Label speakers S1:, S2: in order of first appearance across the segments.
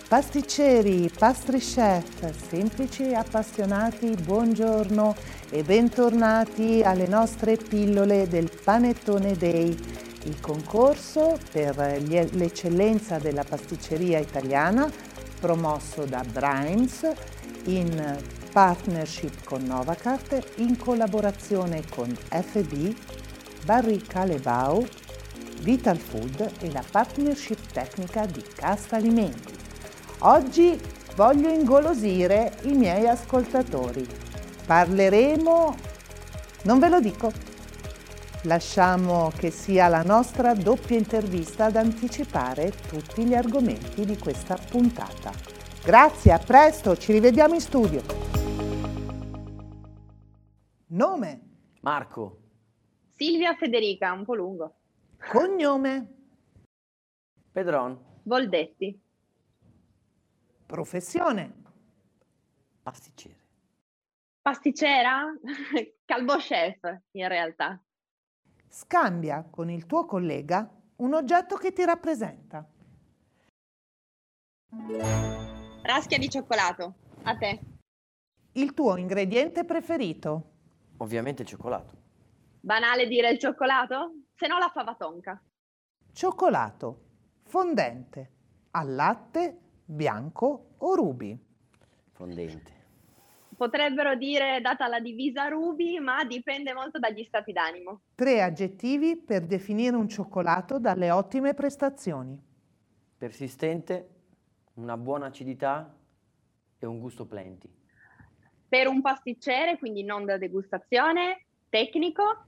S1: Pasticceri, pastry chef, semplici e appassionati, buongiorno e bentornati alle nostre pillole del Panettone Day, il concorso per l'eccellenza della pasticceria italiana promosso da Brains in partnership con Novacart, in collaborazione con FD, Barry Callebaut, Vital Food e la partnership tecnica di Casta Alimenti. Oggi voglio ingolosire i miei ascoltatori. Parleremo, non ve lo dico, lasciamo che sia la nostra doppia intervista ad anticipare tutti gli argomenti di questa puntata. Grazie, a presto, ci rivediamo in studio. Nome?
S2: Marco.
S3: Silvia Federica, un po' lungo.
S1: Cognome?
S2: Pedron.
S3: Voldetti.
S1: Professione?
S2: Pasticcere.
S3: Pasticcera? Calbo chef, in realtà.
S1: Scambia con il tuo collega un oggetto che ti rappresenta.
S3: Raschia di cioccolato. A te.
S1: Il tuo ingrediente preferito?
S2: Ovviamente il cioccolato.
S3: Banale dire il cioccolato? Se no la fava tonka.
S1: Cioccolato, fondente, al latte, bianco o ruby?
S2: Fondente.
S3: Potrebbero dire data la divisa ruby, ma dipende molto dagli stati d'animo.
S1: 3 aggettivi per definire un cioccolato dalle ottime prestazioni.
S2: Persistente, una buona acidità e un gusto plenty.
S3: Per un pasticcere, quindi non da degustazione, tecnico,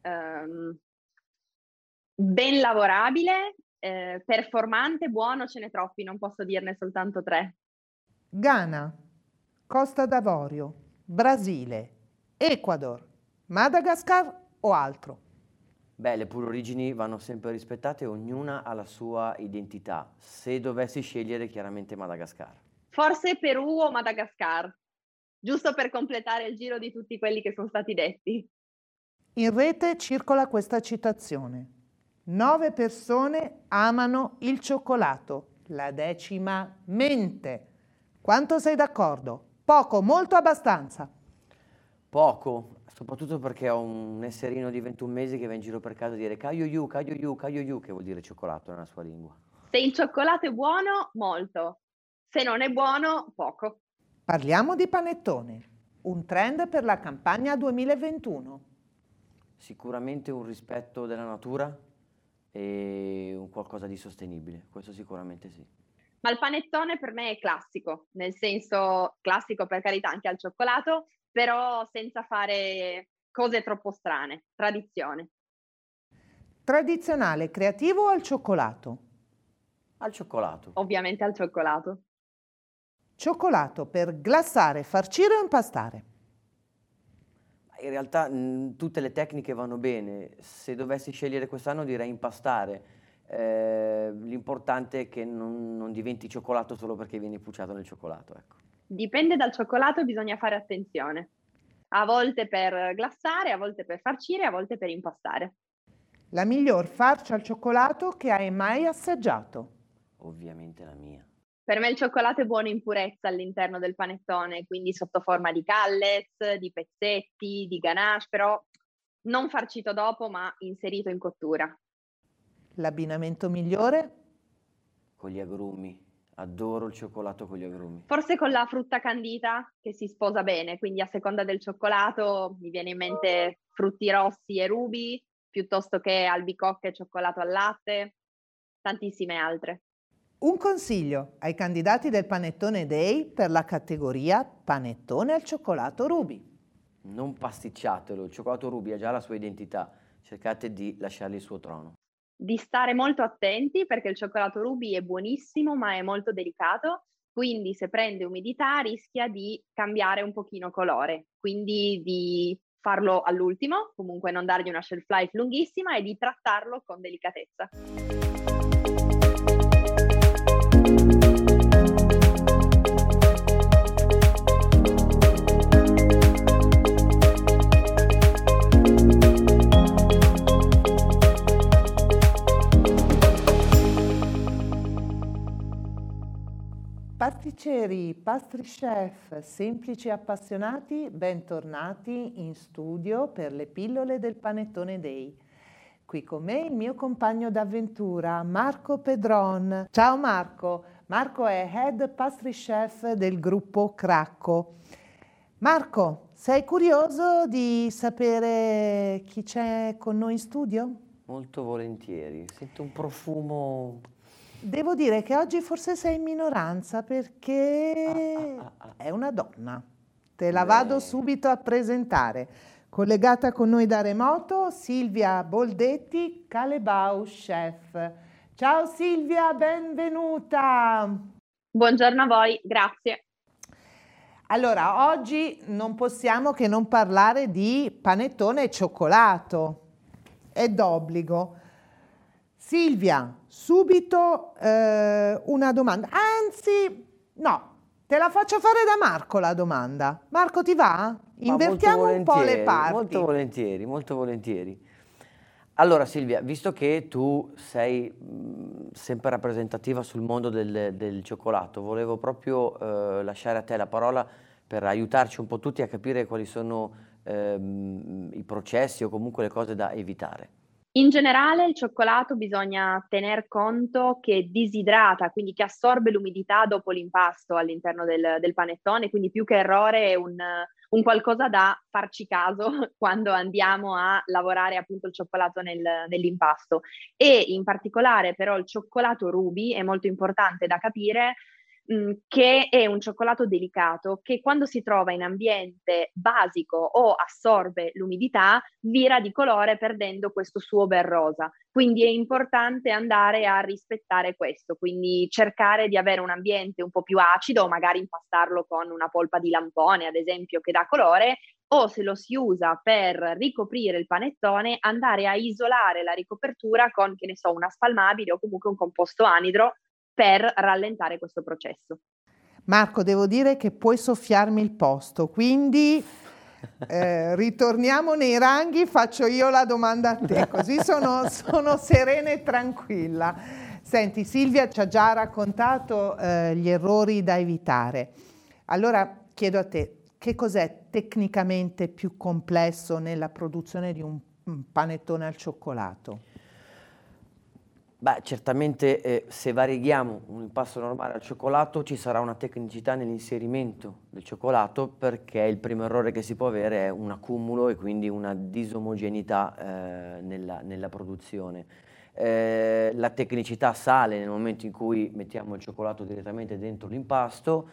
S3: ben lavorabile, performante, buono, ce n'è troppi, non posso dirne soltanto 3.
S1: Ghana, Costa d'Avorio, Brasile, Ecuador, Madagascar o altro?
S2: Beh, le pure origini vanno sempre rispettate, ognuna ha la sua identità. Se dovessi scegliere, chiaramente Madagascar.
S3: Forse Perù o Madagascar, giusto per completare il giro di tutti quelli che sono stati detti.
S1: In rete circola questa citazione. 9 persone amano il cioccolato, la 10ª mente. Quanto sei d'accordo? Poco, molto, abbastanza?
S2: Poco, soprattutto perché ho un esserino di 21 mesi che va in giro per casa a dire caio yu, che vuol dire cioccolato nella sua lingua.
S3: Se il cioccolato è buono, molto. Se non è buono, poco.
S1: Parliamo di panettone, un trend per la campagna 2021.
S2: Sicuramente un rispetto della natura e un qualcosa di sostenibile, questo sicuramente sì.
S3: Ma il panettone per me è classico, nel senso classico per carità anche al cioccolato, però senza fare cose troppo strane, tradizione.
S1: Tradizionale, creativo o al cioccolato?
S2: Al cioccolato.
S3: Ovviamente al cioccolato.
S1: Cioccolato per glassare, farcire o impastare?
S2: In realtà tutte le tecniche vanno bene, se dovessi scegliere quest'anno direi impastare. L'importante è che non diventi cioccolato solo perché viene pucciato nel cioccolato, ecco.
S3: Dipende dal cioccolato, bisogna fare attenzione. A volte per glassare, a volte per farcire, a volte per impastare.
S1: La miglior farcia al cioccolato che hai mai assaggiato?
S2: Ovviamente la mia.
S3: Per me il cioccolato è buono in purezza all'interno del panettone, quindi sotto forma di callets, di pezzetti, di ganache, però non farcito dopo, ma inserito in cottura.
S1: L'abbinamento migliore?
S2: Con gli agrumi. Adoro il cioccolato con gli agrumi.
S3: Forse con la frutta candita che si sposa bene, quindi a seconda del cioccolato mi viene in mente frutti rossi e rubi, piuttosto che albicocche e cioccolato al latte, tantissime altre.
S1: Un consiglio ai candidati del Panettone Day per la categoria panettone al cioccolato ruby.
S2: Non pasticciatelo, il cioccolato ruby ha già la sua identità, cercate di lasciargli il suo trono.
S3: Di stare molto attenti perché il cioccolato ruby è buonissimo ma è molto delicato, quindi se prende umidità rischia di cambiare un pochino colore, quindi di farlo all'ultimo, comunque non dargli una shelf life lunghissima e di trattarlo con delicatezza.
S1: Pasticceri, pastry chef, semplici e appassionati, bentornati in studio per le pillole del Panettone Day. Qui con me il mio compagno d'avventura, Marco Pedron. Ciao Marco! Marco è Head Pastry Chef del gruppo Cracco. Marco, sei curioso di sapere chi c'è con noi in studio?
S2: Molto volentieri, sento un profumo.
S1: Devo dire che oggi forse sei in minoranza perché è una donna. Te la vado subito a presentare. Collegata con noi da remoto, Silvia Boldetti, Calebau Chef. Ciao Silvia, benvenuta!
S3: Buongiorno a voi, grazie.
S1: Allora, oggi non possiamo che non parlare di panettone e cioccolato. È d'obbligo. Silvia, subito una domanda. Anzi, no, te la faccio fare da Marco la domanda. Marco, ti va? Invertiamo un po' le parti.
S2: Molto volentieri, molto volentieri. Allora Silvia, visto che tu sei sempre rappresentativa sul mondo del cioccolato, volevo proprio lasciare a te la parola per aiutarci un po' tutti a capire quali sono i processi o comunque le cose da evitare.
S3: In generale il cioccolato bisogna tener conto che disidrata, quindi che assorbe l'umidità dopo l'impasto all'interno del panettone, quindi più che errore è un qualcosa da farci caso quando andiamo a lavorare appunto il cioccolato nell'impasto. E in particolare però il cioccolato Ruby è molto importante da capire che è un cioccolato delicato che quando si trova in ambiente basico o assorbe l'umidità vira di colore perdendo questo suo bel rosa. Quindi è importante andare a rispettare questo, quindi cercare di avere un ambiente un po' più acido o magari impastarlo con una polpa di lampone, ad esempio, che dà colore, o se lo si usa per ricoprire il panettone, andare a isolare la ricopertura con, che ne so, una spalmabile o comunque un composto anidro per rallentare questo processo.
S1: Marco, devo dire che puoi soffiarmi il posto, quindi ritorniamo nei ranghi, faccio io la domanda a te, così sono serena e tranquilla. Senti, Silvia ci ha già raccontato gli errori da evitare. Allora chiedo a te, che cos'è tecnicamente più complesso nella produzione di un panettone al cioccolato?
S2: Beh, certamente se varieghiamo un impasto normale al cioccolato ci sarà una tecnicità nell'inserimento del cioccolato, perché il primo errore che si può avere è un accumulo e quindi una disomogeneità nella produzione. La tecnicità sale nel momento in cui mettiamo il cioccolato direttamente dentro l'impasto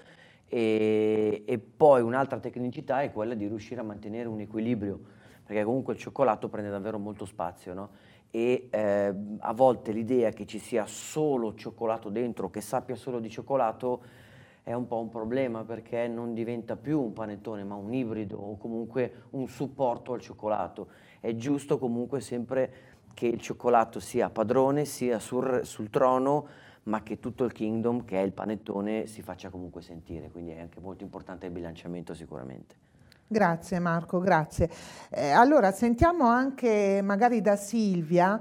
S2: e poi un'altra tecnicità è quella di riuscire a mantenere un equilibrio, perché comunque il cioccolato prende davvero molto spazio, no? E a volte l'idea che ci sia solo cioccolato dentro, che sappia solo di cioccolato, è un po' un problema, perché non diventa più un panettone ma un ibrido o comunque un supporto al cioccolato. È giusto comunque sempre che il cioccolato sia padrone, sia sul trono, ma che tutto il kingdom, che è il panettone, si faccia comunque sentire, quindi è anche molto importante il bilanciamento sicuramente.
S1: Grazie Marco, grazie. Allora sentiamo anche magari da Silvia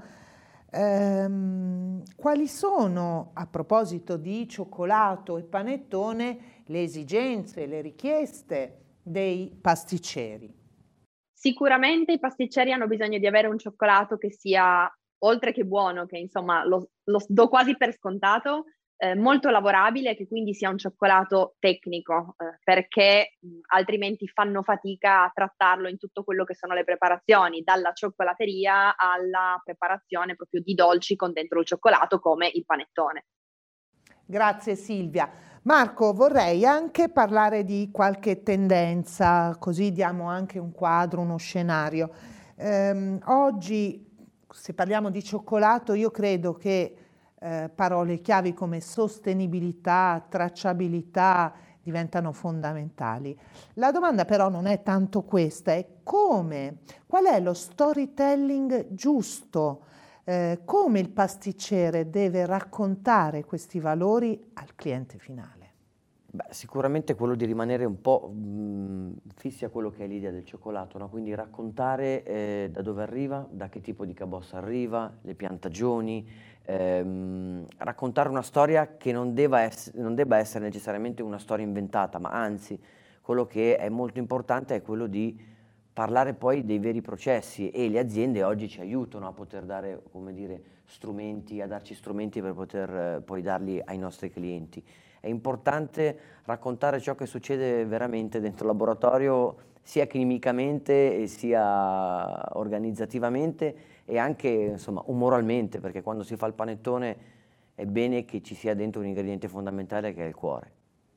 S1: quali sono, a proposito di cioccolato e panettone, le esigenze, le richieste dei pasticceri.
S3: Sicuramente i pasticceri hanno bisogno di avere un cioccolato che sia, oltre che buono, che insomma lo do quasi per scontato, molto lavorabile, che quindi sia un cioccolato tecnico, perché altrimenti fanno fatica a trattarlo in tutto quello che sono le preparazioni, dalla cioccolateria alla preparazione proprio di dolci con dentro il cioccolato come il panettone.
S1: Grazie Silvia. Marco, vorrei anche parlare di qualche tendenza, così diamo anche un quadro, uno scenario. Oggi, se parliamo di cioccolato, io credo che parole chiavi come sostenibilità, tracciabilità diventano fondamentali. La domanda però non è tanto questa, è qual è lo storytelling giusto, come il pasticcere deve raccontare questi valori al cliente finale.
S2: Beh, sicuramente quello di rimanere un po' fissi a quello che è l'idea del cioccolato, no? Quindi raccontare da dove arriva, da che tipo di cabossa arriva, le piantagioni, raccontare una storia che non debba essere necessariamente una storia inventata, ma anzi, quello che è molto importante è quello di parlare poi dei veri processi, e le aziende oggi ci aiutano a poter dare, come dire, strumenti, a darci strumenti per poter poi darli ai nostri clienti. È importante raccontare ciò che succede veramente dentro il laboratorio, sia chimicamente e sia organizzativamente e anche, insomma, umoralmente, perché quando si fa il panettone è bene che ci sia dentro un ingrediente fondamentale che è il cuore.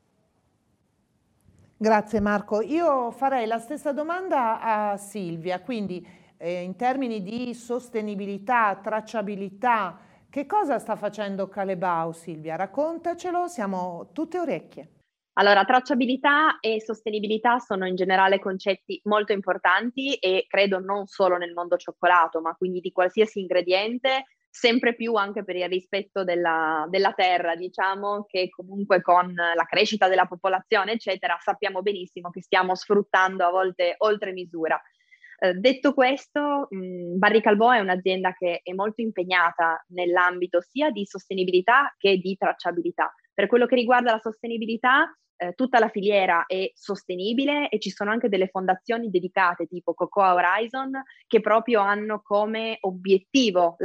S1: Grazie Marco. Io farei la stessa domanda a Silvia, quindi in termini di sostenibilità, tracciabilità, che cosa sta facendo Calebau, Silvia? Raccontacelo, siamo tutte orecchie.
S3: Allora, tracciabilità e sostenibilità sono in generale concetti molto importanti e credo non solo nel mondo cioccolato, ma quindi di qualsiasi ingrediente, sempre più anche per il rispetto della terra, diciamo, che comunque con la crescita della popolazione, eccetera, sappiamo benissimo che stiamo sfruttando a volte oltre misura. Detto questo, Barry Callebaut è un'azienda che è molto impegnata nell'ambito sia di sostenibilità che di tracciabilità. Per quello che riguarda la sostenibilità, tutta la filiera è sostenibile e ci sono anche delle fondazioni dedicate tipo Cocoa Horizon che proprio hanno come obiettivo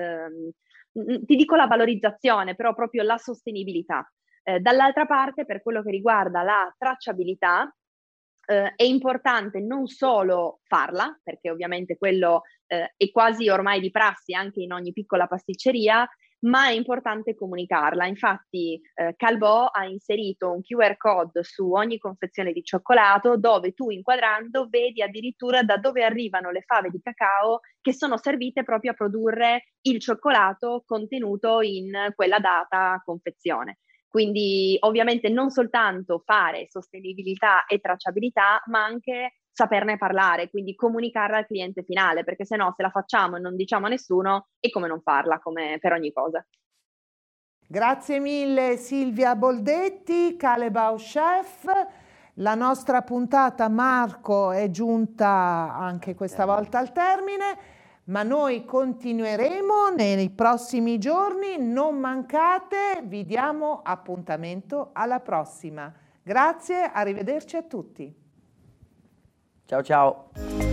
S3: ti dico la valorizzazione, però proprio la sostenibilità. Dall'altra parte, per quello che riguarda la tracciabilità, è importante non solo farla, perché ovviamente quello è quasi ormai di prassi anche in ogni piccola pasticceria, ma è importante comunicarla. Infatti Callebaut ha inserito un QR code su ogni confezione di cioccolato dove tu inquadrando vedi addirittura da dove arrivano le fave di cacao che sono servite proprio a produrre il cioccolato contenuto in quella data confezione. Quindi ovviamente non soltanto fare sostenibilità e tracciabilità, ma anche saperne parlare, quindi comunicarla al cliente finale, perché se no se la facciamo e non diciamo a nessuno è come non farla, come per ogni cosa.
S1: Grazie mille Silvia Boldetti, Callebaut Chef. La nostra puntata, Marco, è giunta anche questa volta al termine, ma noi continueremo nei prossimi giorni, non mancate, vi diamo appuntamento alla prossima. Grazie, arrivederci a tutti.
S2: Ciao ciao!